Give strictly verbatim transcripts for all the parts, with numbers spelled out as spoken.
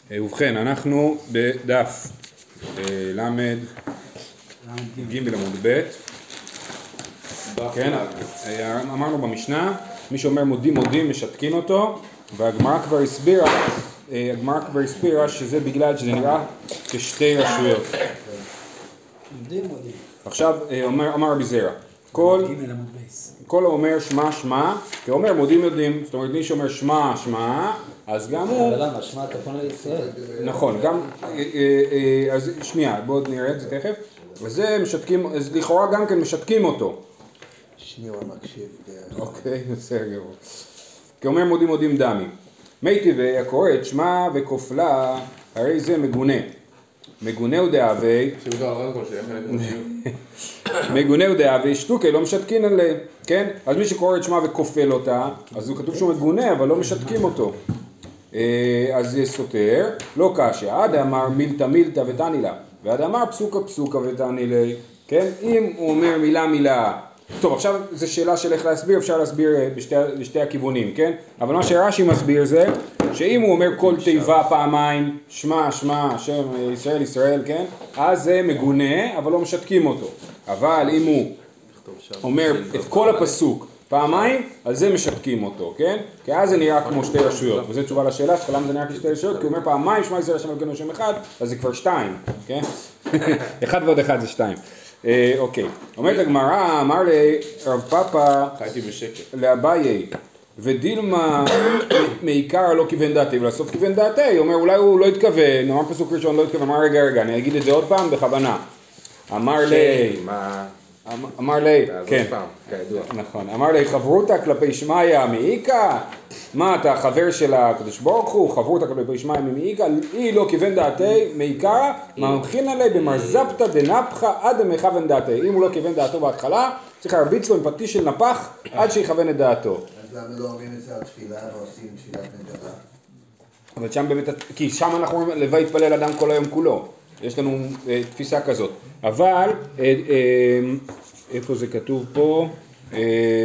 ובכן, אנחנו בדף למד ג' עמוד ב'. כן, אמרנו במשנה, מי שאומר מודים מודים משתקין אותו, והגמרא כבר הסבירה, הגמרא כבר הסבירה שזה בגלל שזה נראה כשתי רשויות. עכשיו אומר, אמר רבי זרע, כל, כל האומר שמה שמה, כי אומר מודים יודעים, זאת אומרת מי שאומר שמה שמה, אז גם הוא... אבל למה? שמה אתה פונה לישראל. נכון, גם... אז שנייה, בואו נראה את זה תכף. וזה משתקים, אז לכאורה גם כן משתקים אותו. שנייה, הוא מקשיב. אוקיי, בסדר גמור. כי אומר מודים מודים דמי. מי טבעי הקורא את שמה וכופלה, הרי זה מגונה. מגונה הוא דאבי... מגונה הוא דאבי, שטוקי לא משתקין עליה, כן? אז מי שקורא את שמה וכופל אותה, אז הוא כתוב שהוא מגונה, אבל לא משתקים אותו. אז זה סותר, לא קשיא, עד אמר מילתא מילתא ותני לה, ועד אמר פסוקה פסוקה ותני לה, כן? אם הוא אומר מילה מילה, טוב עכשיו זו שאלה של איך להסביר, אפשר להסביר בשתי, בשתי הכיוונים, כן? אבל מה שרש"י מסביר זה, שאם הוא אומר כל תיבה פעמיים, שמה שמה, שם ישראל ישראל, כן? אז זה מגונה, אבל לא משתקים אותו. אבל אם הוא אומר את כל הפסוק פעמיים, על זה משתקים אותו, כן? כי אז זה נראה כמו שתי רשויות, וזו תשובה לשאלה שלך, למה זה נראה כשתי רשויות? כי הוא אומר פעמיים, שמע ישראל השם אלוקינו שם אחד, אז זה כבר שתיים, כן? אחד ועוד אחד זה שתיים. אוקיי, אומרת הגמרא, אמר לי רב פאפא, חייתי בשקט, לאביי, ודילמה מעיקר לא כיוון דעתי, ולסוף כיוון דעתי, אומר אולי הוא לא התכוון, אמר פסוק ראשון לא התכוון, אמר רגע רגע, אני אגיד את זה עוד פעם בכוונה. אמר לי, אמר לי, כן, נכון, אמר לי חברותא כלפי שמיא מעיקה, מה אתה חבר של הקדוש ברוך הוא, חברותא כלפי שמיא מעיקה, היא לא כיוון דעתי מעיקה, ממחין עלי במרזפתא דנפחא עד מכוון דעתי, אם הוא לא כיוון דעתו בהתחלה, צריך להרביץ לו עם פטיש של נפח עד שיכוון את דעתו. אז למה לא אומרים את זה על תפילה ועושים תפילת נדבה? אבל שם באמת, כי שם אנחנו אומרים לוואי יתפלל אדם כל היום כולו. יש לנו אה, תפיסה כזאת, אבל אה, אה, איפה זה כתוב פה? אה,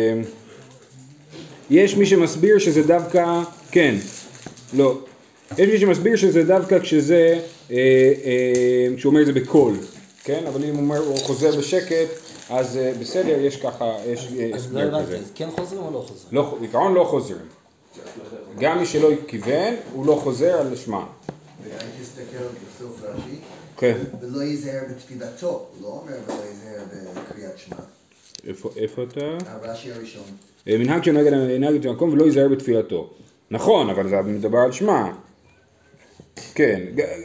יש מי שמסביר שזה דווקא, כן, לא, יש מי שמסביר שזה דווקא כשזה, אה, אה, כשהוא אומר את זה בקול, כן, אבל אם הוא אומר, הוא חוזר בשקט, אז אה, בסדר, יש ככה, יש הסבר כזה. אז כן חוזרים או לא חוזרים? לא, בעיקרון לא חוזרים. גם מי שלא כיוון, הוא לא חוזר על שמה. ואני תסתכל בסוף רש"י, כן. ולא ייזהר בתפילתו, הוא לא אומר ולא ייזהר בקריאת שמע. איפה, איפה אתה? הרש"י הראשון. מנהג שנוהג את המקום ולא ייזהר בתפילתו. נכון, אבל זה מדבר על שמה. כן.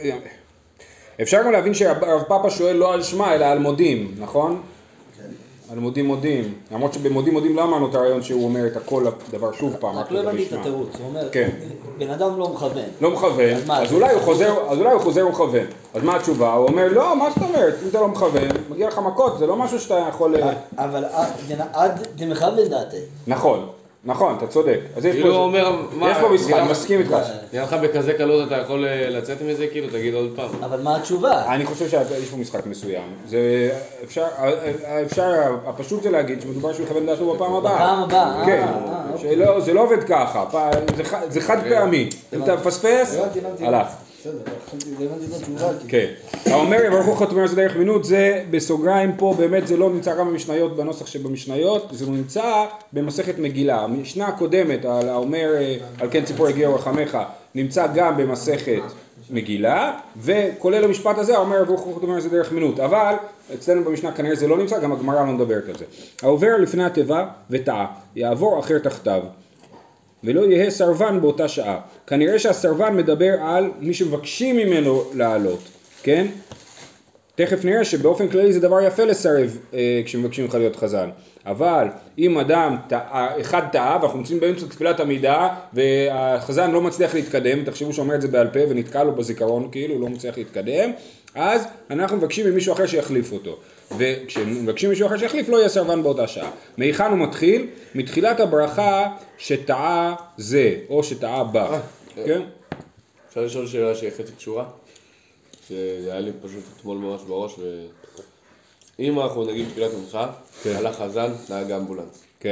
אפשר גם להבין שהרב פאפא שואל לא על שמה, אלא על מודים, נכון? על מודים מודים. למרות שבמודים מודים לא אמרנו את הרעיון שהוא אומר את הכל הדבר שוב פעם. רק לא הבנתי את התירוץ, הוא אומר, בן אדם לא מכוון. לא מכוון, אז אולי הוא חוזר ומכוון. אז מה התשובה? הוא אומר, לא, מה זאת אומרת? אם אתה לא מכוון, מגיע לך מכות, זה לא משהו שאתה יכול... אבל עד דמכוון דעתי. נכון, נכון, אתה צודק. אז יש פה משחק, אני מסכים איתך. נראה לך בכזה קלות אתה יכול לצאת מזה, כאילו, תגיד עוד פעם. אבל מה התשובה? אני חושב שיש פה משחק מסוים. זה אפשר, אפשר, הפשוט זה להגיד שמדובר שהוא יכוון דעתו בפעם הבאה. בפעם הבאה, כן, זה לא עובד ככה, זה חד פעמי. אם אתה מפספס, הלך. בסדר, זה הבנתי את התשובה. כן. האומר יברך הוא חתומי עושה דרך מינות, זה בסוגריים פה, באמת זה לא נמצא גם במשניות, בנוסח שבמשניות, זה נמצא במסכת מגילה. המשנה הקודמת, על האומר, על כן ציפור הגיע ורחמך, נמצא גם במסכת מגילה, וכולל המשפט הזה, האומר יברך הוא חתומי עושה דרך מינות. אבל אצלנו במשנה כנראה זה לא נמצא, גם הגמרא לא מדברת על זה. העובר לפני התיבה וטעה, יעבור אחר תחתיו. ולא יהיה סרבן באותה שעה. כנראה שהסרבן מדבר על מי שמבקשים ממנו לעלות, כן? תכף נראה שבאופן כללי זה דבר יפה לסרב אה, כשמבקשים לך להיות חזן. אבל אם אדם טעה, אחד טעה ואנחנו נמצאים באמצע תפילת עמידה והחזן לא מצליח להתקדם, תחשבו שאומר את זה בעל פה ונתקע לו בזיכרון כאילו, הוא לא מצליח להתקדם, אז אנחנו מבקשים ממישהו אחר שיחליף אותו. וכשמבקשים מישהו אחר שיחליף לא יהיה סרבן באותה שעה. מהיכן הוא מתחיל? מתחילת הברכה שטעה זה או שטעה בה. כן? אפשר לשאול שאלה שהיא חצי קשורה? זה היה לי פשוט אתמול ממש בראש ו... אם אנחנו נגיד תפילת מנחה, הלך חזן, נהג אמבולנס. כן.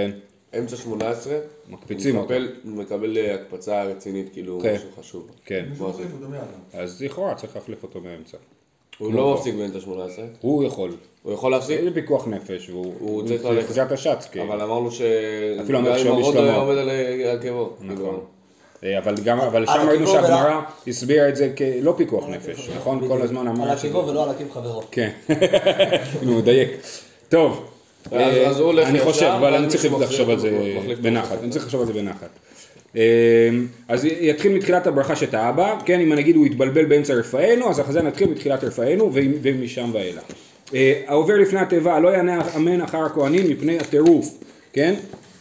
אמצע שמונה עשרה, מקפיצים הוא אותו. מקבל- הוא מקבל אה, הקפצה רצינית, כאילו כן. משהו חשוב. כן. מה עושה? אז לכאורה צריך להחליף אותו באמצע. הוא לא מפסיק באמצע שמונה עשרה, הוא יכול. הוא יכול להפסיק, זה פיקוח נפש, והוא הוא צריך ללכת. חזת השץ, כן. אבל אמרנו ש... אפילו גם אמר אם שלומי הרוד שלמה. היה עומד על עקבו. נכון. אה, אבל גם, אבל על שם ראינו עקיבו שהגמרא הסבירה את זה כלא פיקוח נפש, נכון? כל הזמן על אמרה עקיבו ולא על עקיב חברו. כן, הנה הוא מדייק. טוב, אז- אז הוא הולך אני ישר, חושב, אבל ואז אני צריך מישהו לחשוב מחזיר על זה אותו, מחליף אותו. בנחת, אני צריך לחשוב על זה בנחת. אז יתחיל מתחילת הברכה שטעה בה, כן, אם נגיד הוא יתבלבל באמצע רפאנו, אז החזן יתחיל מתחילת רפאנו ומשם ואילך. העובר לפני התיבה לא יענה אמן אחר הכהנים מפני הטירוף, כן?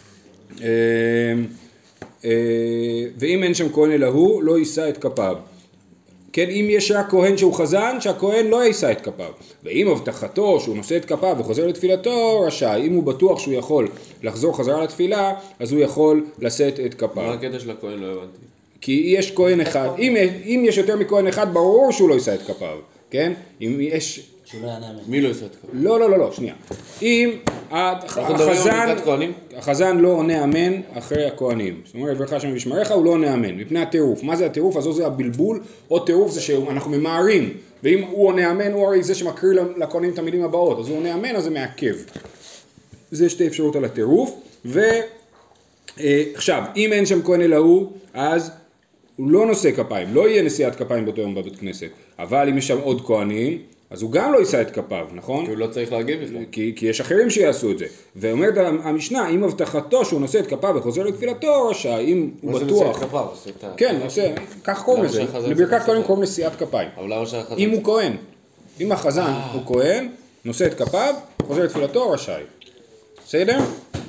ואם אין שם כהן אלא הוא, לא יישא את כפיו. כן, אם יש רק כהן שהוא חזן, שהכהן לא יישא את כפיו. ואם הבטחתו שהוא נושא את כפיו וחוזר לתפילתו, רשאי. אם הוא בטוח שהוא יכול לחזור חזרה לתפילה, אז הוא יכול לשאת את כפיו. מה הקטע של הכהן? לא הבנתי. כי יש כהן אחד, אם, אם יש יותר מכהן אחד, ברור שהוא לא יישא את כפיו. כן? אם יש... שהוא לא יענה אמן. מי לא יישא את כפיו? לא, לא, לא, לא, שנייה. אם אנחנו מדברים על החזן, ברכת כהנים? החזן לא עונה אמן אחרי הכהנים. זאת אומרת, ברכה שם ושמריך, הוא לא עונה אמן, מפני הטירוף. מה זה הטירוף? אז או זה הבלבול, או טירוף זה שאנחנו ממהרים. ואם הוא עונה אמן, הוא הרי זה שמקריא לכהנים את המילים הבאות. אז הוא עונה אמן, אז זה מעכב. זה שתי אפשרות על הטירוף. ועכשיו, אם אין שם כהן אלא הוא, אז הוא לא נושא כפיים. לא יהיה נשיאת כפיים באותו יום בבית כנסת. אבל אם יש שם עוד כהנים, אז הוא גם לא יישא את כפיו, נכון? כי הוא לא צריך להגיב בכלל. כי, כי יש אחרים שיעשו את זה. ואומרת המשנה, אם הבטחתו שהוא נושא את כפיו וחוזר לתפילתו, רשאי, אם הוא מה זה בטוח... נושא את כפיו? עושה את ה- כן, עושה, כך קוראים למה לזה. שהחזן צריך לברכת לעשות כהנים את זה? קוראים נשיאת כפיים. אבל למה שהחזן... אם הוא כהן, אם החזן הוא כהן, נושא את כפיו, חוזר לתפילתו, רשאי. בסדר?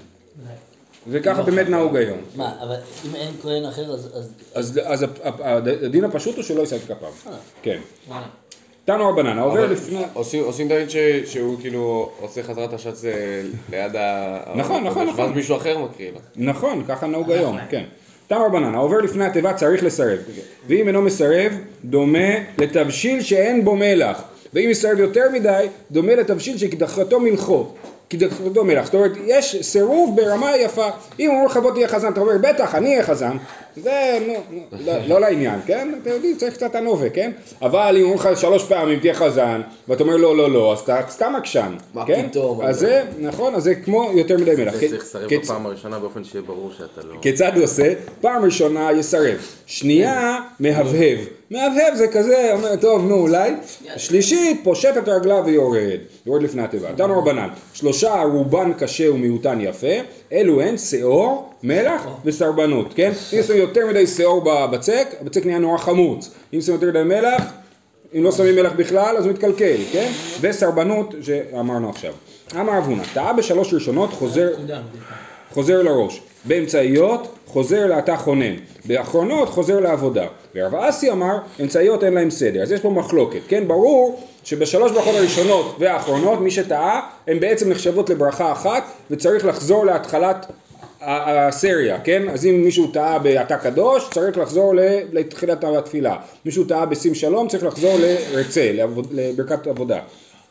וככה באמת נהוג היום. מה, אבל אם אין כהן אחר אז... אז- אז, אז הדין הפשוט הוא שלא יישא את כפיו. כן. תנו רבנן, העובר אבל לפני... עושים עושים תמיד ש- שהוא כאילו עושה חזרת השץ אה, ליד ה... נכון, נכון, ואז נכון. מישהו אחר מקריא לו. נכון, ככה נהוג היום, כן. תנו רבנן, העובר לפני התיבה צריך לסרב. ואם אינו מסרב, דומה לתבשיל שאין בו מלח. ואם מסרב יותר מדי, דומה לתבשיל שקדחתו מלחו. קדחתו מלח. זאת אומרת, יש סירוב ברמה יפה. אם אומר לך בוא תהיה חזן, אתה אומר, בטח, אני אהיה חזן. זה נו, לא, לא לעניין, כן? אתה יודעים, צריך קצת הנובה, כן? אבל אם אומר לך שלוש פעמים תהיה חזן, ואתה אומר לא, לא, לא, אז אתה סתם עקשן. מה כן? פתאום? אז זה, נכון, אז זה כמו יותר מדי מלח. זה צריך לסרב כצ- בפעם הראשונה באופן שיהיה ברור שאתה לא... כיצד הוא עושה? פעם ראשונה יסרב, שנייה מהבהב, מהבהב זה כזה, אומר טוב נו אולי, שלישית פושט את הרגליו ויורד, יורד לפני התיבה. תנו רבנן, שלושה רובן קשה ומיעוטן יפה, אלו הן שיעור, מלח וסרבנות, כן? אם שמים יותר מדי שיעור בבצק, הבצק נהיה נורא חמוץ, אם שמים יותר מדי מלח, אם לא שמים מלח בכלל אז הוא מתקלקל, כן? וסרבנות שאמרנו עכשיו. אמר רב הונא, טעה בשלוש ראשונות חוזר חוזר לראש, באמצעיות חוזר לאתה חונן, באחרונות חוזר לעבודה. ורב אסי אמר, אמצעיות אין להם סדר, אז יש פה מחלוקת, כן? ברור שבשלוש ברכות הראשונות והאחרונות, מי שטעה, הן בעצם נחשבות לברכה אחת, וצריך לחזור להתחלת הסריה, כן? אז אם מישהו טעה באתה קדוש, צריך לחזור לתחילת התפילה. מישהו טעה בשים שלום, צריך לחזור לרצה, לברכת עבודה.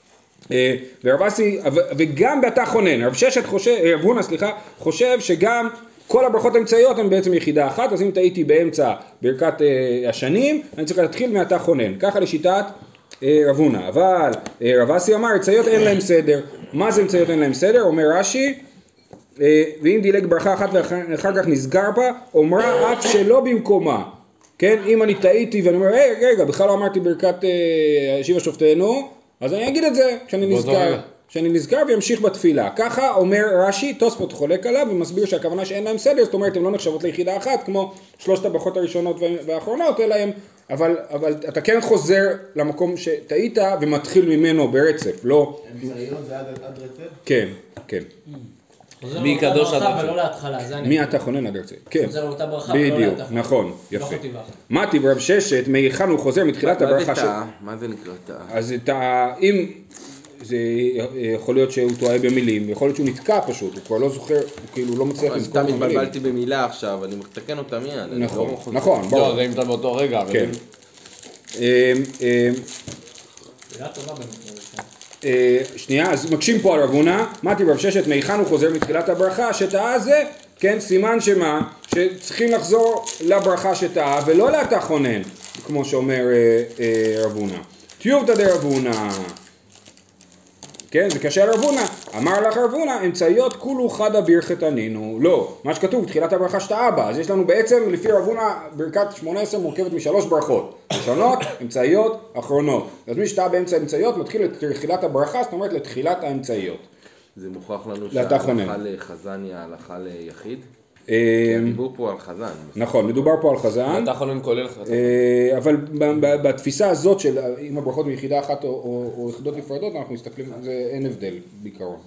ורב אסי, וגם באתה חונן, רב ששת חושב, רב הונא סליחה, חושב שגם כל הברכות האמצעיות הן בעצם יחידה אחת, אז אם טעיתי באמצע ברכת השנים, אני צריך להתחיל מאתה חונן, ככה לשיטת רב הונא. אבל רב אסי אמר, אמצעיות אין להם סדר. מה זה אמצעיות אין להם סדר? אומר רש"י, ואם דילג ברכה אחת ואחר כך נסגר בה, אומרה אף שלא במקומה. כן, אם אני טעיתי ואני אומר, רגע, רגע, בכלל לא אמרתי ברכת השיבה שופטינו, אז אני אגיד את זה כשאני נזכר, כשאני נזכר וימשיך בתפילה. ככה אומר רש"י, תוספות חולק עליו ומסביר שהכוונה שאין להם סדר, זאת אומרת, הן לא נחשבות ליחידה אחת, כמו שלושת הברכות הראשונות והאחרונות, אלא הם, אבל, אבל אתה כן חוזר למקום שטעית ומתחיל ממנו ברצף, לא... אמצעיות זה עד רצף? כן, כן. חוזר מי לאותה קדוש ברכה עד ולא להתחלה, זה אני. מי אתה חונן עד רצף? כן. חוזר לאותה ברכה ולא בדיוק, להתחלה. נכון, לא יפה. חטיבה אחת. מתי ברב ששת, מהיכן הוא חוזר מתחילת מה זה הברכה של... טעה? מה זה נקרא טעה? אז את ה... אם... זה יכול להיות שהוא טועה במילים, יכול להיות שהוא נתקע פשוט, הוא כבר לא זוכר, הוא כאילו לא מצליח אני לזכור סתם את המילים. התבלבלתי במילה עכשיו, אני מתקן אותה מיד. אני נכון, לא חוזר. נכון, לא, ברור. זה אם אתה באותו רגע. אבל כן. אם- אה, אה, שאלה טובה במקרה. אה, שנייה, אז מקשים פה על רב הונא, מתי ברב ששת מהיכן הוא חוזר מתחילת הברכה, שטעה זה כן, סימן שמה? שצריכים לחזור לברכה שטעה ולא לאתה חונן, כמו שאומר אה, אה, רב הונא. טיובתא דרב הונא. כן, זה קשה לרב הונא. אמר לך רב הונא, אמצעיות כולו חדא ברכת ענינו. לא, מה שכתוב, תחילת הברכה שטעה בה. אז יש לנו בעצם, לפי רב הונא, ברכת שמונה עשרה מורכבת משלוש ברכות. ראשונות, אמצעיות, אחרונות. אז מי שטעה באמצע האמצעיות מתחיל לתחילת הברכה, זאת אומרת לתחילת האמצעיות. זה מוכרח לנו לאתה חונן. שההלכה לחזן היא ההלכה ליחיד? אה, דיבור פה על חזן. נכון, מדובר פה על חזן. אתה חונן כולל חזן. אה, אבל ב- ב- בתפיסה הזאת של אם הברכות מיחידה אחת או, או, או יחידות נפרדות, אנחנו מסתכלים, זה אין הבדל בעיקרון.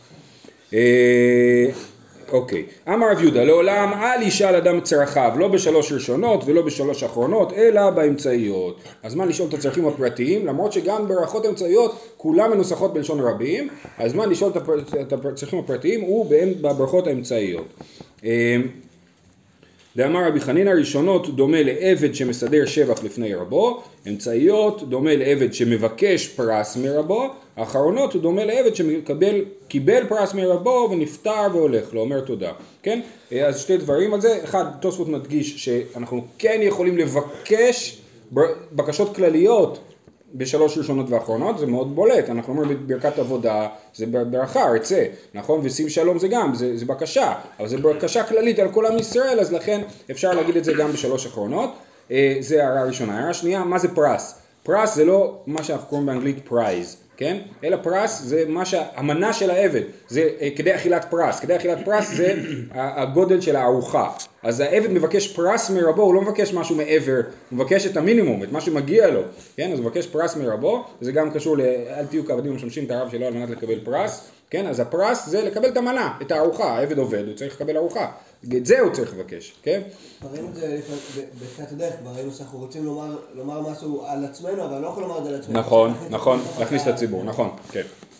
אה, אוקיי, אמר רב יהודה, לעולם אל ישאל אדם צרכיו, לא בשלוש ראשונות ולא בשלוש אחרונות, אלא באמצעיות. אז מה לשאול את הצרכים הפרטיים, למרות שגם ברכות אמצעיות כולם מנוסחות בלשון רבים, אז מה לשאול את הצרכים הפרטיים הוא בברכות האמצעיות. אה, דאמר רבי חנינא, ראשונות דומה לעבד שמסדר שבח לפני רבו, אמצעיות דומה לעבד שמבקש פרס מרבו, האחרונות הוא דומה לעבד שקיבל פרס מרבו ונפטר והולך, לא אומר תודה, כן? אז שתי דברים על זה, אחד, תוספות מדגיש שאנחנו כן יכולים לבקש בקשות כלליות בשלוש ראשונות ואחרונות, זה מאוד בולט, אנחנו אומרים בברכת עבודה, זה ברכה, רצה, נכון? ושים שלום זה גם, זה, זה בקשה, אבל זה בקשה כללית על כל עם ישראל, אז לכן אפשר להגיד את זה גם בשלוש אחרונות, זה הערה הראשונה. הערה שנייה, מה זה פרס? פרס זה לא מה שאנחנו קוראים באנגלית פרייז, כן? אלא פרס זה מה שהמנה של העבד, זה כדי אכילת פרס, כדי אכילת פרס זה הגודל של הארוחה. אז העבד מבקש פרס מרבו, הוא לא מבקש משהו מעבר, הוא מבקש את המינימום, את מה שמגיע לו, כן? אז הוא מבקש פרס מרבו, וזה גם קשור לאל תהיו כעבדים ומשמשים את הרב שלו על מנת לקבל פרס, כן? אז הפרס זה לקבל את המנה, את הארוחה, העבד עובד, הוא צריך לקבל ארוחה, את זה הוא צריך לבקש, כן? ראינו את זה בתחילת הדרך, כבר ראינו שאנחנו רוצים לומר, לומר משהו על עצמנו, אבל לא יכול לומר את זה על עצמנו. נכון, נכון, להכניס את הציבור, נכון, כן.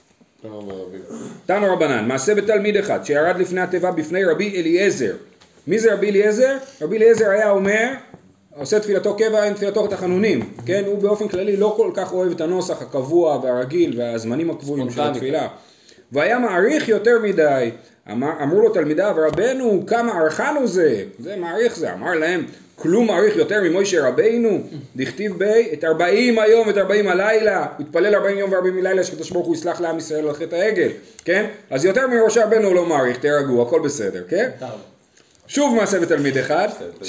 תנו רבנן, מעשה בתלמיד אחד שירד לפני התיבה בפני רבי אליעזר. מי זה רבי אליעזר? רבי אליעזר היה אומר, עושה תפילתו קבע, אין תפילתו תחנונים, כן? הוא באופן כללי לא כל כך אוהב את הנוסח הקבוע והרגיל והזמנים הקבועים של התפילה. והיה מעריך יותר מדי, אמר, אמרו לו תלמידיו, רבנו, כמה ערכנו זה? זה מעריך זה, אמר להם, כלום מעריך יותר ממוישה רבינו, דכתיב בי, את ארבעים היום ואת ארבעים הלילה, התפלל ארבעים יום וארבעים לילה, שקדוש ברוך הוא יסלח לעם ישראל על חטא העגל, כן? אז יותר ממשה רבנו הוא לא מעריך, תרגעו, הכל בסדר, כן? שוב מעשה בתלמיד אחד,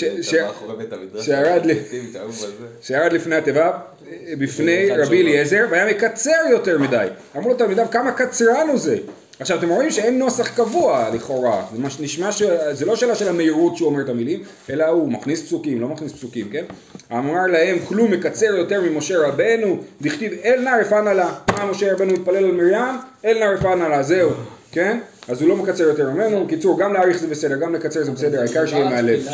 שירד לפני התיבה, בפני רבי אליעזר, והיה מקצר יותר מדי. אמרו לו תלמידיו, כמה קצרנו זה? עכשיו אתם רואים שאין נוסח קבוע לכאורה, זה נשמע שזה לא שאלה של המהירות שהוא אומר את המילים, אלא הוא מכניס פסוקים, לא מכניס פסוקים, כן? אמר להם, כלום מקצר יותר ממשה רבנו, דכתיב אל נא רפא נא לה, מה משה רבנו התפלל על מרים? אל נא רפא נא לה, זהו, כן? אז הוא לא מקצר יותר ממנו, קיצור, גם להאריך זה בסדר, גם לקצר זה בסדר, העיקר שיהיה מהלב.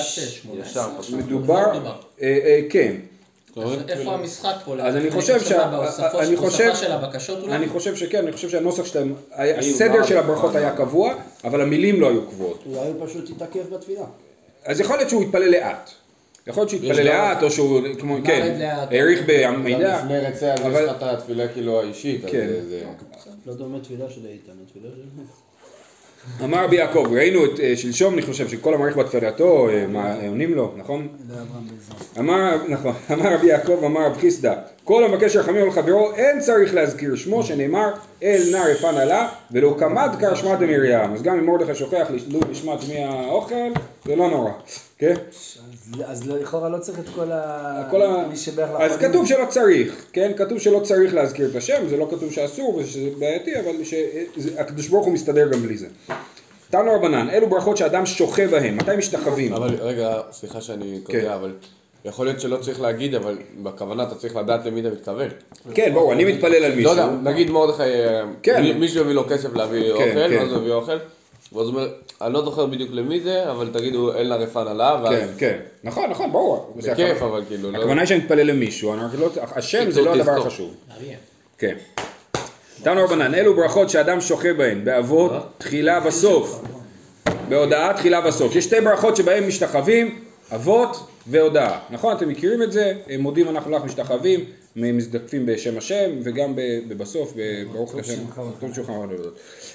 מדובר, כן. איפה המשחק פה? אז אני חושב שאני חושב, של הבקשות אולי? אני חושב שכן, אני חושב שהנוסח שלהם, הסדר של הברכות היה קבוע, אבל המילים לא היו קבועות. אולי הוא פשוט יתעכב בתפילה. אז יכול להיות שהוא יתפלל לאט. יכול להיות שהוא יתפלל לאט, או שהוא, כמו, כן, העריך במידע. לפני רצה, אז יש לך את התפילה כאילו האישית. כן. לא דומה תפילה של איתן, תפילה של... אמר רבי יעקב, ראינו את שלשום, אני חושב שכל המעריך בתפילתו, עונים לו, נכון? אמר, נכון, אמר רבי יעקב, אמר רב חיסדא, כל המבקש רחמים על חברו, אין צריך להזכיר שמו, שנאמר, אל נא רפא נא לה, ולא קמד קרא שמע דמרים. אז גם אם מרדכי שוכח לשמט מהאוכל, זה לא נורא, כן? אז לכאורה לא צריך את כל ה... מי שבח לך... אז כתוב שלא צריך, כן? כתוב שלא צריך להזכיר את השם, זה לא כתוב שאסור ושזה בעייתי, אבל הקדוש ברוך הוא מסתדר גם בלי זה. תנו רבנן, אלו ברכות שאדם שוחה בהן, מתי משתחווים? אבל רגע, סליחה שאני קוטע, אבל יכול להיות שלא צריך להגיד, אבל בכוונה אתה צריך לדעת למי אתה מתכוון. כן, ברור, אני מתפלל על מישהו. לא יודע, נגיד מרדכי, מישהו הביא לו כסף להביא אוכל, ואז הוא הביא אוכל. ואז הוא אומר, אני לא זוכר בדיוק למי זה, אבל תגידו אל נא רפא נא לה, כן, כן, נכון, נכון, ברור. זה כיף, אבל כאילו... הכוונה היא שאני מתפלל למישהו, השם זה לא הדבר החשוב. כן. תנו רבנן, אלו ברכות שאדם שוחה בהן, באבות, תחילה וסוף. בהודעה, תחילה וסוף. יש שתי ברכות שבהן משתחווים, אבות והודעה. נכון, אתם מכירים את זה, מודים אנחנו לך משתחווים, מזדקפים בשם השם, וגם בסוף, ברוך השם, טוב שולחן ערוך להודות.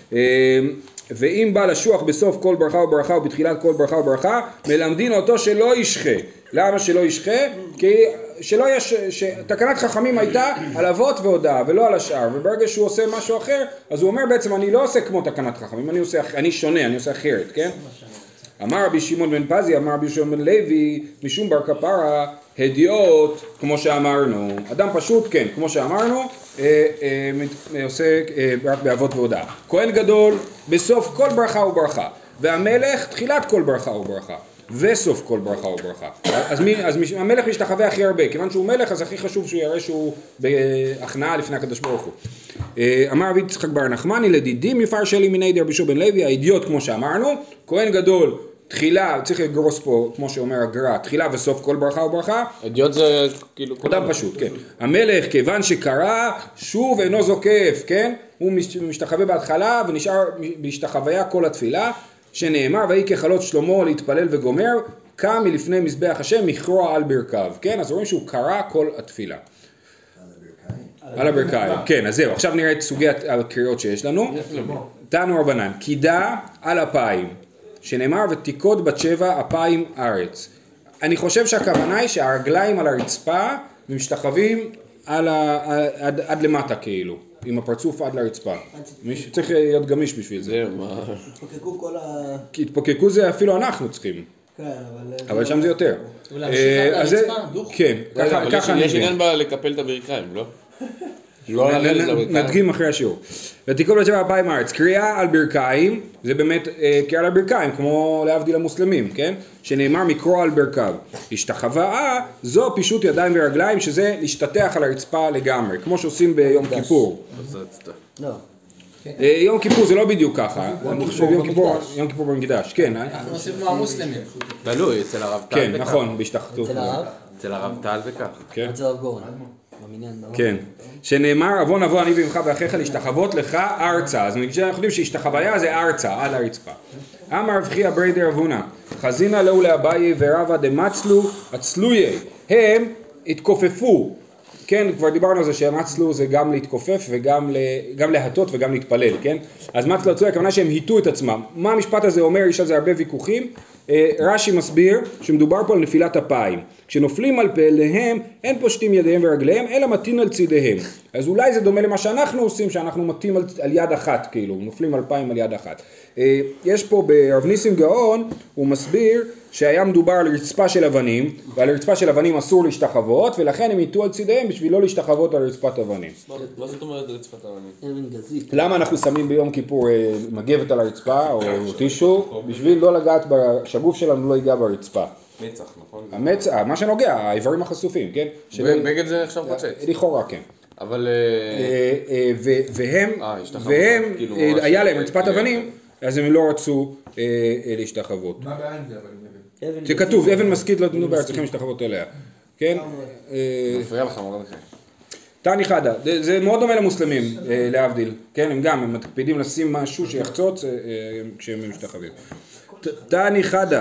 ואם בא לשוח בסוף כל ברכה וברכה ובתחילת כל ברכה וברכה, מלמדין אותו שלא ישחה. למה שלא ישחה? כי שלא יש, שתקנת חכמים הייתה על אבות והודעה ולא על השאר, וברגע שהוא עושה משהו אחר, אז הוא אומר בעצם אני לא עושה כמו תקנת חכמים, אני עושה, אני שונה, אני עושה אחרת, כן? אמר רבי שמעון בן פזי, אמר רבי שמעון בן לוי, משום בר כפרה, הדיוט, כמו שאמרנו, אדם פשוט, כן, כמו שאמרנו, אה, אה, עושה אה, רק באבות והודעה. כהן גדול, בסוף כל ברכה וברכה, והמלך תחילת כל ברכה וברכה, וסוף כל ברכה וברכה. אז, מי, אז המלך משתחווה הכי הרבה, כיוון שהוא מלך, אז הכי חשוב שהוא יראה שהוא בהכנעה לפני הקדוש ברוך הוא. אמר רבי יצחק בר נחמני, לדידים יפרש לי מיני דרבי שמעון בן לוי, האידיוט כמו שאמרנו, כהן גדול, תחילה, צריך לגרוס פה, כמו שאומר הגר"א, תחילה וסוף כל ברכה וברכה. אידיוט זה כאילו... אדם פשוט, כן. המלך, כיוון שקרא, שוב אינו זוקף, כן? הוא משתחווה בהתחלה ונשאר בהשתחוויה כל התפילה, שנאמר, ויהי ככלות שלמה להתפלל וגומר, קם מלפני מזבח השם מכרוע על ברכיו, כן? אז רואים שהוא קרא כל התפילה. על הברכיים, כן, אז זהו, עכשיו נראה את סוגי הקריאות שיש לנו. תנו רבנן, קידה על אפיים, שנאמר ותיקוד בת שבע אפיים ארץ. אני חושב שהכוונה היא שהרגליים על הרצפה ומשתחווים על ה... עד, עד למטה כאילו, עם הפרצוף עד לרצפה. מישהו צריך להיות גמיש בשביל זה. זהו, מה... התפוקקו כל ה... כי התפוקקו זה אפילו אנחנו צריכים. כן, אבל... אבל שם זה יותר. ולהמשיך עד לרצפה, דוך. כן, ככה אני יש עניין לקפל את הברכיים, לא? לא לרדת לברכיים. נדגים אחרי השיעור. ותיקון בת שבע אפיים ארץ, קריאה על ברכיים, זה באמת קריאה על ברכיים, כמו להבדיל המוסלמים, כן? שנאמר מקרוא על ברכיו. השתחוואה, זו פישוט ידיים ורגליים, שזה להשתטח על הרצפה לגמרי, כמו שעושים ביום כיפור. לא. יום כיפור זה לא בדיוק ככה, אני חושב יום כיפור, יום כיפור במקדש, כן. אנחנו עושים כמו המוסלמים. תלוי, אצל הרב טל כן, זה ככה. נכון, בהשתחתות. אצל הרב? אצל הרב טל זה ככה. כן. אצל הרב גורן. במניין, לא? כן, שנאמר אבוא נבוא אני ועמך ואחיך להשתחוות לך ארצה, אז אנחנו יודעים שהשתחוויה זה ארצה, על הרצפה. אמר רב חייא ברי דרבונה, חזינא להו לאביי ורבא דמצלו הצלויה, הם התכופפו, כן, כבר דיברנו על זה שמצלו זה גם להתכופף וגם גם להטות וגם להתפלל, כן? אז מצלו הצלויה, הכוונה שהם היטו את עצמם. מה המשפט הזה אומר? יש על זה הרבה ויכוחים. רש"י מסביר שמדובר פה על נפילת אפיים. כשנופלים על פאליהם, אין פושטים ידיהם ורגליהם, אלא מטים על צידיהם. אז אולי זה דומה למה שאנחנו עושים, שאנחנו מטים על, על יד אחת, כאילו, נופלים על אפיים על יד אחת. יש פה ברב ניסים גאון, הוא מסביר שהיה מדובר על רצפה של אבנים, ועל רצפה של אבנים אסור להשתחוות, ולכן הם יטו על צידיהם בשביל לא להשתחוות על רצפת אבנים. מה זאת אומרת רצפת אבנים? למה אנחנו שמים ביום כיפור מגבת על הרצפה, או טישו, בשביל לא לגעת, שהגוף שלנו לא ייגע ברצפה. מצח, נכון? המצח, מה שנוגע, האיברים החשופים, כן? בגד זה עכשיו חוצץ. לכאורה, כן. אבל... והם, והם, היה להם רצפת אבנים, אז הם לא רצו להשתחוות. מה בעין זה אבל? זה כתוב, אבן משכית לא תנו בארץ, צריכים להשתחוות אליה. כן? מפריע לך, מרדכי. תני חדה, זה מאוד דומה למוסלמים, להבדיל. כן, הם גם, הם מקפידים לשים משהו שיחצוץ כשהם משתחווים. תני חדה,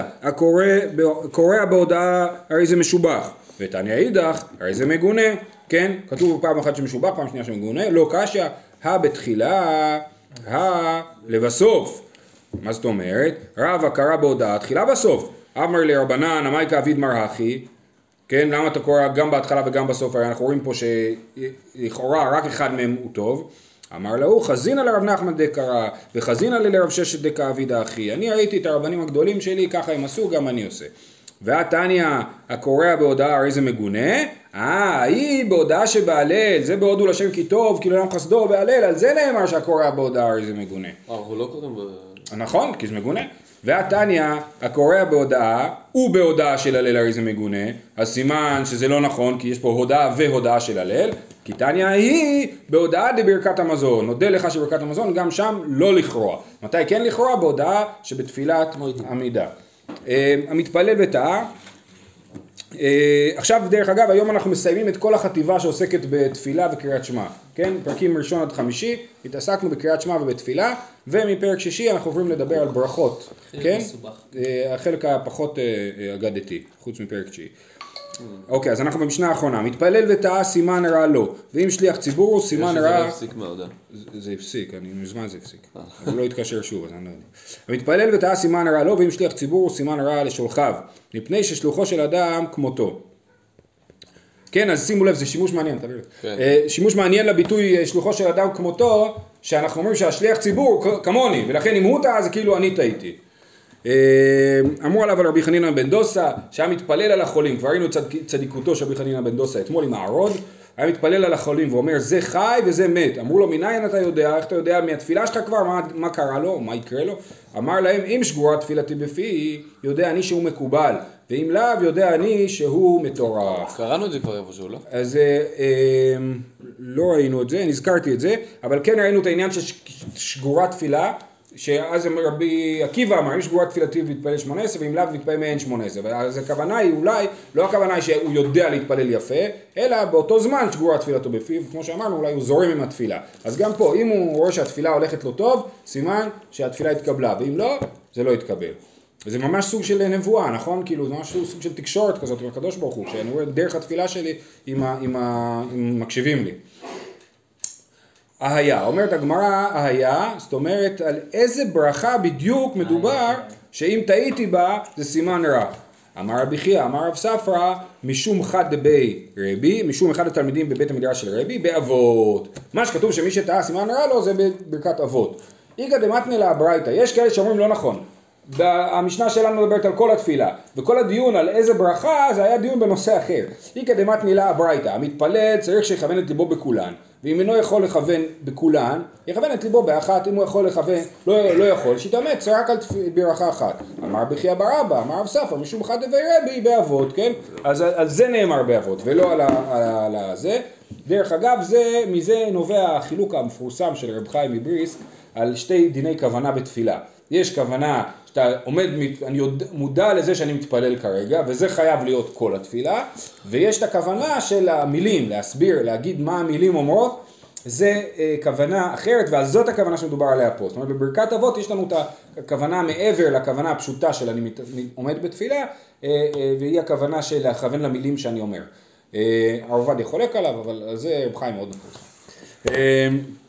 הקורא בהודעה הרי זה משובח, ותני האידך הרי זה מגונה, כן? כתוב פעם אחת שמשובח, פעם שנייה שמגונה, לא קשיא, הא בתחילה, הא לבסוף. מה זאת אומרת? רב הקרא בהודעה, תחילה בסוף. אמר לרבנן, אמאי כאביד מרהכי, כן? למה אתה קורא גם בהתחלה וגם בסוף? הרי אנחנו רואים פה שלכאורה רק אחד מהם הוא טוב. אמר לו, חזינא לרב נחמן דקרא, וחזינא לרב ששת דכאבידא אחי. אני ראיתי את הרבנים הגדולים שלי, ככה הם עשו, גם אני עושה. והתניא, הקורא בהודעה הרי זה מגונה, אה, היא בהודעה שבהלל, זה בהודו לשם כי טוב, כי לעולם חסדו בהלל, על זה נאמר שהקורא בהודעה הרי זה מגונה. אנחנו לא קוראים ב... נכון, כי זה מגונה. והתניא, הקורא בהודעה, הוא בהודעה של הלל הרי זה מגונה, אז סימן שזה לא נכון, כי יש פה הודעה והודעה של הלל, כי תניא היא בהודעה דברכת המזון, נודה לך שברכת המזון, גם שם לא לכרוע. מתי כן לכרוע? בהודעה שבתפילת עמידה. המתפלל וטעה, עכשיו דרך אגב, היום אנחנו מסיימים את כל החטיבה שעוסקת בתפילה וקריאת שמע, כן? פרקים ראשון עד חמישי, התעסקנו בקריאת שמע ובתפילה, ומפרק שישי אנחנו עוברים לדבר על ברכות, כן? החלק הפחות אגדתי, חוץ מפרק תשיעי. אוקיי, אז אנחנו במשנה האחרונה, מתפלל וטעה סימן רע לו, ואם שליח ציבור הוא סימן רע... זה הפסיק מאוד, זה הפסיק, אני מזמן זה הפסיק, הוא לא יתקשר שוב, אז אני לא יודע. מתפלל וטעה סימן רע לו, ואם שליח ציבור הוא סימן רע לשולחיו, מפני ששלוחו של אדם כמותו. כן, אז שימו לב, זה שימוש מעניין, תביא לי. שימוש מעניין לביטוי שלוחו של אדם כמותו, שאנחנו אומרים שהשליח ציבור כמוני, ולכן אם הוא טעה זה כאילו אני טעיתי. אמרו עליו על רבי חנינא בן דוסה שהיה מתפלל על החולים, כבר ראינו צדיקותו של רבי חנינא בן דוסה אתמול עם הערוד, היה מתפלל על החולים ואומר זה חי וזה מת. אמרו לו מניין אתה יודע, איך אתה יודע מהתפילה שלך כבר מה, מה קרה לו, מה יקרה לו? אמר להם אם שגורה תפילתי בפי יודע אני שהוא מקובל, ואם לאו יודע אני שהוא מטורף. קראנו את זה כבר איפשהו, לא? אז אה, לא ראינו את זה, נזכרתי את זה, אבל כן ראינו את העניין של שגורה תפילה, שאז רבי עקיבא אמר, אם שגורה תפילתי והתפלל שמונה עשרה, ואם לאו והתפלל מהן שמונה עשרה, אז הכוונה היא אולי, לא הכוונה היא שהוא יודע להתפלל יפה, אלא באותו זמן שגורה תפילתו בפיו, כמו שאמרנו, אולי הוא זורם עם התפילה. אז גם פה, אם הוא רואה שהתפילה הולכת לו טוב, סימן שהתפילה התקבלה, ואם לא, זה לא יתקבל. וזה ממש סוג של נבואה, נכון? כאילו, זה ממש סוג של תקשורת כזאת עם הקדוש ברוך הוא, שאני רואה דרך התפילה שלי עם ה, עם ה, עם מקשיבים לי. היה, אומרת הגמרא, היה, זאת אומרת על איזה ברכה בדיוק מדובר שאם טעיתי בה זה סימן רע. אמר רבי חייא, אמר רב ספרא, משום חד דבי רבי, משום אחד התלמידים בבית המדרש של רבי, באבות. מה שכתוב שמי שטעה סימן רע לו זה בברכת אבות. איגא דמתנא לה ברייתא, יש כאלה שאומרים לא נכון. המשנה שלנו מדברת על כל התפילה, וכל הדיון על איזה ברכה זה היה דיון בנושא אחר. איגא דמתנא לה ברייתא, המתפלל צריך שיכוון את ליבו בכולן. ואם אינו יכול לכוון בכולן, יכוון את ליבו באחת, אם הוא יכול לכוון, לא, לא יכול, שיתאמץ רק על ברכה אחת. אמר רבי חייא בר אבא, אמר רב ספרא, משום חד דבי רבי באבות, כן? אז על זה נאמר באבות, ולא על, על, על זה. דרך אגב, זה, מזה נובע החילוק המפורסם של רב חיים מבריסק, על שתי דיני כוונה בתפילה. יש כוונה שאתה עומד, אני מודע לזה שאני מתפלל כרגע, וזה חייב להיות כל התפילה, ויש את הכוונה של המילים, להסביר, להגיד מה המילים אומרות, זה אה, כוונה אחרת, ועל זאת הכוונה שמדובר עליה פה. זאת אומרת, בברכת אבות יש לנו את הכוונה מעבר לכוונה הפשוטה של אני מת, עומד בתפילה, אה, אה, והיא הכוונה של להכוון למילים שאני אומר. אה, הרב עובדיה חולק עליו, אבל זה רב חיים מאוד נפוץ. אה,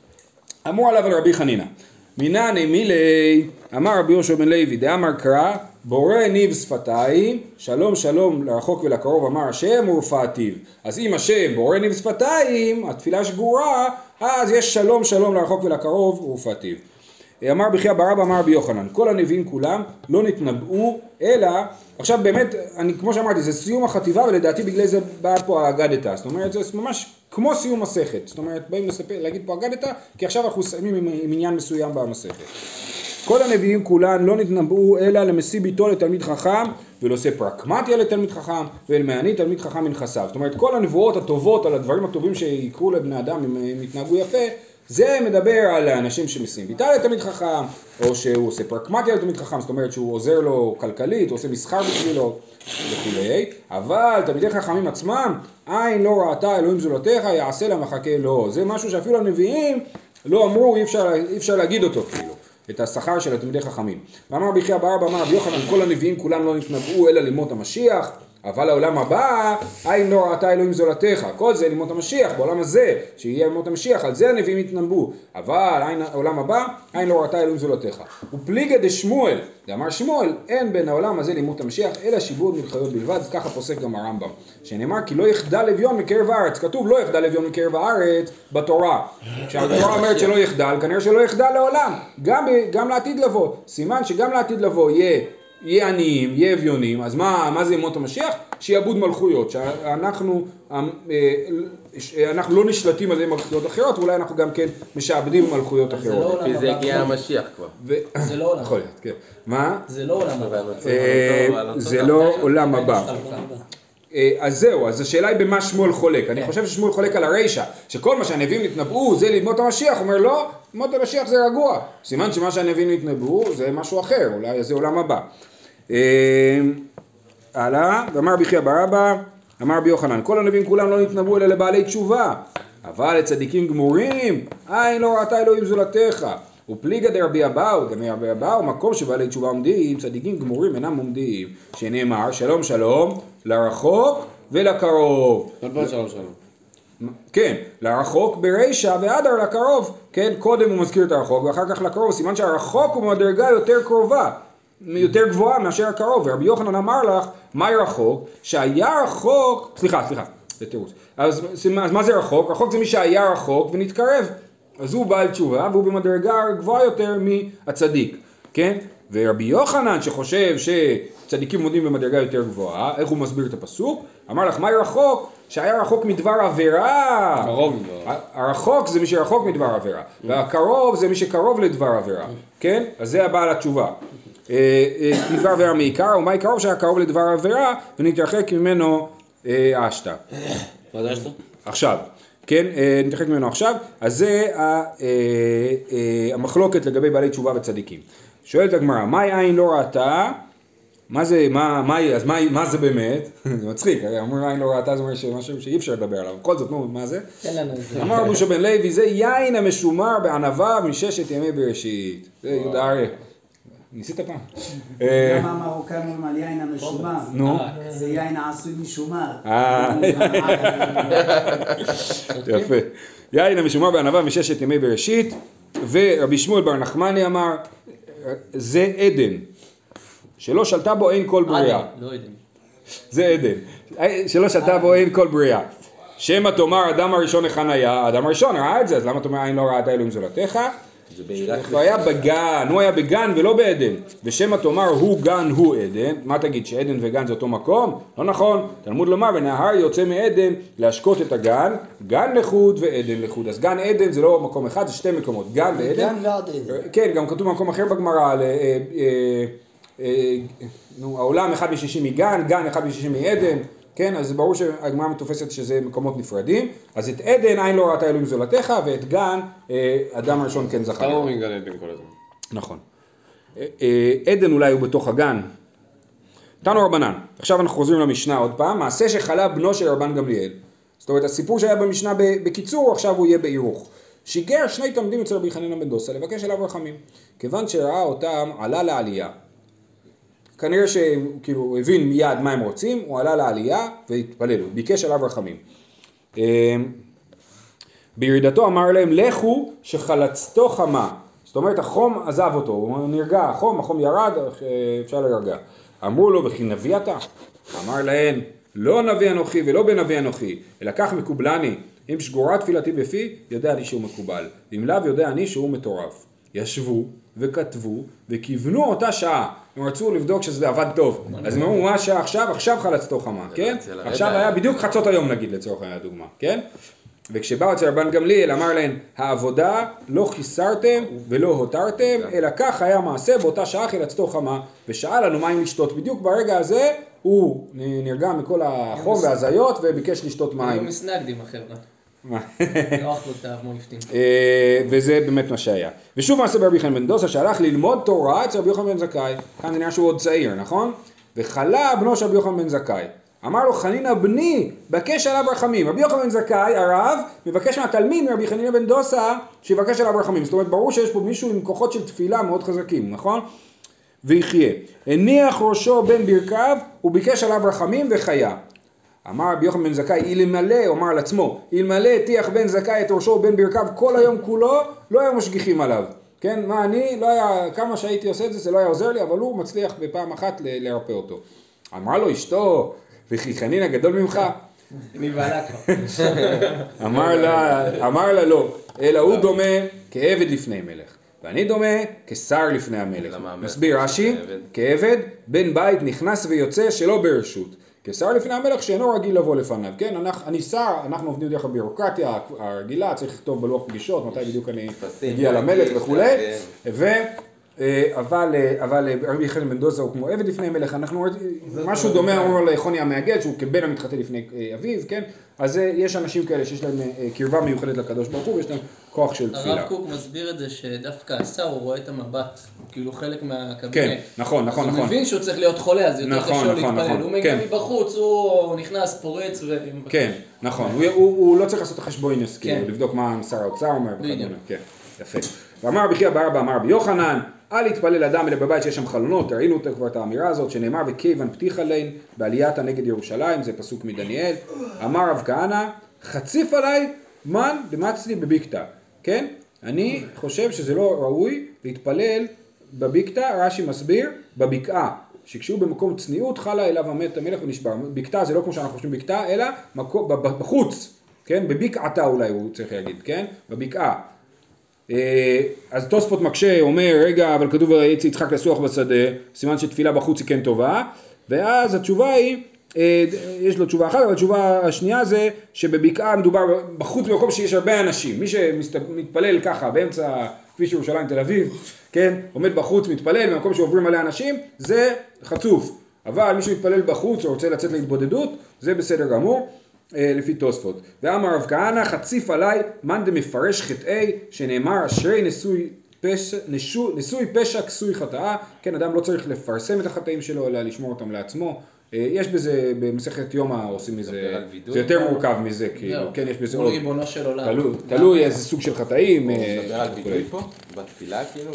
אמרו עליו על רבי חנינא. מינני מילי, אמר רבי יהושע בן לוי, דאמר קרא, בורא ניב שפתיים, שלום שלום לרחוק ולקרוב, אמר השם ורפאתיו. אז אם השם בורא ניב שפתיים, התפילה שגורה, אז יש שלום שלום לרחוק ולקרוב ורפאתיו. אמר בחייא בר אבא, אמר רבי יוחנן, כל הנביאים כולם לא נתנבאו, אלא, עכשיו באמת, אני כמו שאמרתי, זה סיום החטיבה, ולדעתי בגלל זה בא פה האגדתא, זאת אומרת, זה ממש כמו סיום מסכת, זאת אומרת, באים לספר, להגיד פה אגדתא, כי עכשיו אנחנו מסיימים עם, עם עניין מסוים במסכת. כל הנביאים כולן לא נתנבאו, אלא למשיא ביתו לתלמיד חכם, ולעושה פרקמטיה לתלמיד חכם, ולמעני תלמיד חכם מנכסיו. זאת אומרת, כל הנבואות הטובות, על הדברים הטובים שיקרו לבני אדם, אם הם יתנהגו יפה, זה מדבר על האנשים שמשים ביתה לתלמיד חכם, או שהוא עושה פרקמטיה לתלמיד חכם, זאת אומרת שהוא עוזר לו כלכלית, הוא עושה מסחר בשבילו וכולי, אבל תלמידי חכמים עצמם, עין לא ראתה אלוהים זולתך, יעשה לה מחכה לו. זה משהו שאפילו הנביאים לא אמרו, אי אפשר, אי אפשר להגיד אותו כאילו, את השכר של התלמידי חכמים. ואמר בחייא בר אבא, אמר רבי יוחנן, כל הנביאים כולם לא נתנבאו אלא לימות המשיח, אבל העולם הבא, עין לא ראתה אלוהים זולתך, כל זה לימות המשיח, בעולם הזה, שיהיה לימות המשיח, על זה הנביאים יתנבאו, אבל עין, העולם הבא, עין לא ראתה אלוהים זולתך. ופליגא דשמואל, אמר שמואל, אין בין העולם הזה לימות המשיח, אלא שיבוד מלחיות בלבד, ככה פוסק גם הרמב"ם, שנאמר כי לא יחדל אביון מקרב הארץ, כתוב לא יחדל אביון מקרב הארץ בתורה, כשהתורה אומרת שלא יחדל, כנראה שלא יחדל לעולם, גם, גם לעתיד לבוא, סימן שגם לעתיד לבוא יהיה יהיה עניים, יהיה אביונים, אז מה, מה זה ימות המשיח? שיעבוד מלכויות, שאנחנו אנחנו לא נשלטים על זה מלכויות אחרות, ואולי אנחנו גם כן משעבדים מלכויות אחרות. כי זה הגיע המשיח כבר. זה לא עולם הבא. כן. מה? זה לא עולם הבא. זה לא עולם הבא. אז זהו, אז השאלה היא במה שמואל חולק. אני חושב ששמואל חולק על הרישא, שכל מה שהנביאים נתנבאו זה לימות המשיח. הוא אומר לא, לימות המשיח זה רגוע. סימן שמה שהנביאים נתנבאו זה משהו אחר, אולי זה עולם הבא. הלאה, ואמר רבי חייא בר אבא, אמר רבי יוחנן, כל הנביאים כולם לא נתנבאו אלא לבעלי תשובה, אבל לצדיקים גמורים, עין לא ראתה אלוהים זולתך. ופליגא דרבי אבאו, גם רבי אבאו, מקום שבעלי תשובה עומדים, צדיקים גמורים אינם עומדים, שנאמר שלום שלום לרחוק ולקרוב. שלום שלום. כן, לרחוק ברישא והדר לקרוב, כן, קודם הוא מזכיר את הרחוק ואחר כך לקרוב, סימן שהרחוק הוא מדרגה יותר קרובה, יותר גבוהה מאשר הקרוב, ורבי יוחנן אמר לך, מהי רחוק? שהיה רחוק, סליחה, סליחה, זה תירוץ, אז, אז מה זה רחוק? רחוק זה מי שהיה רחוק ונתקרב, אז הוא בעל תשובה והוא במדרגה גבוהה יותר מהצדיק, כן? ורבי יוחנן שחושב שצדיקים עומדים במדרגה יותר גבוהה, איך הוא מסביר את הפסוק? אמר לך, מהי רחוק? שהיה רחוק מדבר עבירה. קרוב מדבר. הרחוק זה מי שרחוק מדבר עבירה, והקרוב זה מי שקרוב לדבר עבירה, כן? אז זה הבעל התשובה. מדבר עבירה מעיקר, ומהי קרוב שהיה קרוב לדבר עבירה, ונתרחק ממנו אשתה. מה זה אשתה? עכשיו, כן, נתרחק ממנו עכשיו, אז זה המחלוקת לגבי בעלי תשובה וצדיקים. שואלת הגמרא, מהי עין לא ראתה? מה זה, מה, מה, אז מה, מה זה באמת? זה מצחיק, הרי אמרו עין לא ראתה, זה אומר משהו שאי אפשר לדבר עליו. בכל זאת, נו, מה זה? תן לנו את זה. אמר רבי יהושע בן לוי, זה יין המשומר בענביו מששת ימי בראשית. זה יהודה אריה. ניסית פעם. למה המרוקאים אומרים על יין המשומר? נו. זה יין העשוי משומר. יפה. יין המשומר בענביו מששת ימי בראשית, ורבי שמואל בר נחמני אמר, זה עדן. שלא שלטה בו אין כל בריאה. לא עדן. זה עדן. שלא שלטה בו אין כל בריאה. שמא תאמר אדם הראשון היכן היה, האדם הראשון ראה את זה, אז למה תאמר עין לא ראתה אלוהים זולתך? הוא היה בגן, הוא היה בגן ולא בעדן. ושמא תאמר הוא גן הוא עדן. מה תגיד, שעדן וגן זה אותו מקום? לא נכון. תלמוד לומר, ונהר יוצא מעדן להשקות את הגן, גן לחוד ועדן לחוד. אז גן עדן זה לא מקום אחד, זה שתי מקומות. גן ועדן. גן ועד עדן. כן, כן, גם כתוב במקום אחר בגמרא על... נו, העולם אחד משישים מגן, גן אחד משישים מעדן, כן, אז ברור שהגמרא מתופסת שזה מקומות נפרדים, אז את עדן עין לא ראתה אלוהים זולתך, ואת גן אדם הראשון כן זכה. אתה לא מגן עדן כל הזמן. נכון. עדן אולי הוא בתוך הגן. תנו רבנן, עכשיו אנחנו חוזרים למשנה עוד פעם, מעשה שחלה בנו של רבן גמליאל. זאת אומרת, הסיפור שהיה במשנה בקיצור, עכשיו הוא יהיה בהירוך. שיגר שני תלמידים אצל רבי חנינא בן דוסא לבקש אליו רחמים. כיוון שראה אותם, עלה לעלייה. כנראה שכאילו הוא הבין מיד מה הם רוצים, הוא עלה לעלייה והתפלל, הוא ביקש עליו רחמים. בירידתו אמר להם, לכו שחלצתו חמה. זאת אומרת, החום עזב אותו, הוא נרגע, החום, החום ירד, אפשר להירגע. אמרו לו, וכי נביא אתה? אמר להם, לא נביא אנוכי ולא בנביא אנוכי, אלא כך מקובלני. אם שגורה תפילתי בפי, יודע אני שהוא מקובל. אם לאו יודע אני שהוא מטורף. ישבו וכתבו וכיוונו אותה שעה. הם רצו לבדוק שזה עבד טוב. אז הם אמרו, מה השעה עכשיו? עכשיו חלצתו חמה, כן? עכשיו היה בדיוק חצות היום נגיד לצורך הדוגמה, כן? וכשבאו אצל רבן גמליאל אמר להם, העבודה לא חיסרתם ולא הותרתם, אלא כך היה מעשה באותה שעה חלצתו חמה, ושאל לנו מים לשתות. בדיוק ברגע הזה הוא נרגע מכל החום והזיות וביקש לשתות מים. היו מסנגדים החבר'ה. מה? לא אכלו את המויפטים. וזה באמת מה שהיה. ושוב מעשה ברבי חנינא בן דוסא שהלך ללמוד תורה אצל רבי יוחנן בן זכאי. כאן זה נראה שהוא עוד צעיר, נכון? וחלה בנו של רבי יוחנן בן זכאי. אמר לו חנינא בני, בקש עליו רחמים. רבי יוחנן בן זכאי, הרב, מבקש מהתלמיד מרבי חנינא בן דוסא שיבקש עליו רחמים. זאת אומרת, ברור שיש פה מישהו עם כוחות של תפילה מאוד חזקים, נכון? ויחיה. הניח ראשו בין ברכיו וביקש עליו רחמים וחיה. אמר רבי יוחנן בן זכאי, אלמלא, הוא אמר על עצמו, אלמלא הטיח בן זכאי את ראשו בין ברכיו כל היום כולו, לא היו משגיחים עליו. כן, מה אני, לא היה, כמה שהייתי עושה את זה, זה לא היה עוזר לי, אבל הוא מצליח בפעם אחת לרפא אותו. אמר לו אשתו, וכי חנינא גדול ממך? נבהלה כבר. אמר לה, אמר לה לא, אלא הוא דומה כעבד לפני מלך, ואני דומה כשר לפני המלך. מסביר רש"י, כעבד, בן בית נכנס ויוצא שלא ברשות. כשר לפני המלך שאינו רגיל לבוא לפניו, כן? אני שר, אנחנו עובדים דרך הבירוקרטיה הרגילה, צריך לכתוב בלוח פגישות, מתי בדיוק אני אגיע למלך וכו'. אבל, אבל רבי מיכאל מנדוזה הוא כמו עבד לפני מלך, אנחנו משהו דומה אומר לחוני המעגל שהוא כבן המתחתן לפני אביו, כן? אז יש אנשים כאלה שיש להם קרבה מיוחדת לקדוש ברוך הוא ויש להם כוח של תפילה. הרב קוק מסביר את זה שדווקא השר הוא רואה את המבט, כאילו חלק מהקבינט. כן, נכון, נכון, אז נכון. הוא מבין שהוא צריך להיות חולה, אז יותר קשה להתפלל. הוא מגיע מבחוץ, הוא נכנס, פורץ ו... כן, נכון. הוא לא צריך לעשות החשבוינס, כאילו, לבדוק מה שר האוצר אומר. כן, יפה. ואמר רבי חייא בר אבא אמר רבי יוחנן, אל יתפלל אדם אלא בבית שיש שם חלונות, ראינו כבר את האמירה הזאת שנאמר וכיוון פתיחה לין בעלייתה נגד ירושלים, זה פסוק מדניאל. אמר רב כהנא, חציף עליי מן דמצלי בבקתא, כן? אני חושב שזה לא ראוי להתפלל בבקתא, רש"י מסביר, בבקעה, שכשהוא במקום צניעות חלה אליו המת המלך ונשבר. בקתא זה לא כמו שאנחנו חושבים בקתא, אלא בחוץ, כן? בבקעתה אולי הוא צריך להגיד, כן? בבקעה. אז תוספות מקשה אומר רגע אבל כתוב ויצא יצחק לסוח בשדה, סימן שתפילה בחוץ היא כן טובה, ואז התשובה היא, יש לו תשובה אחת, אבל התשובה השנייה זה שבבקעה מדובר בחוץ במקום שיש הרבה אנשים, מי שמתפלל ככה באמצע כביש ירושלים תל אביב, כן, עומד בחוץ מתפלל במקום שעוברים מלא אנשים, זה חצוף, אבל מי שמתפלל בחוץ או רוצה לצאת להתבודדות, זה בסדר גמור. לפי תוספות. ואמר רב כהנא חציף עליי מאן דמפרש חטאי שנאמר אשרי נשוי פשע, נשוי פשע כסוי חטאה, כן אדם לא צריך לפרסם את החטאים שלו אלא לשמור אותם לעצמו. יש בזה במסכת יומא עושים מזה, זה יותר מורכב מזה, כאילו, כן יש בזה עוד, ריבונו של עולם. תלוי איזה סוג של חטאים. הוא מדבר על וידוי פה? בתפילה כאילו?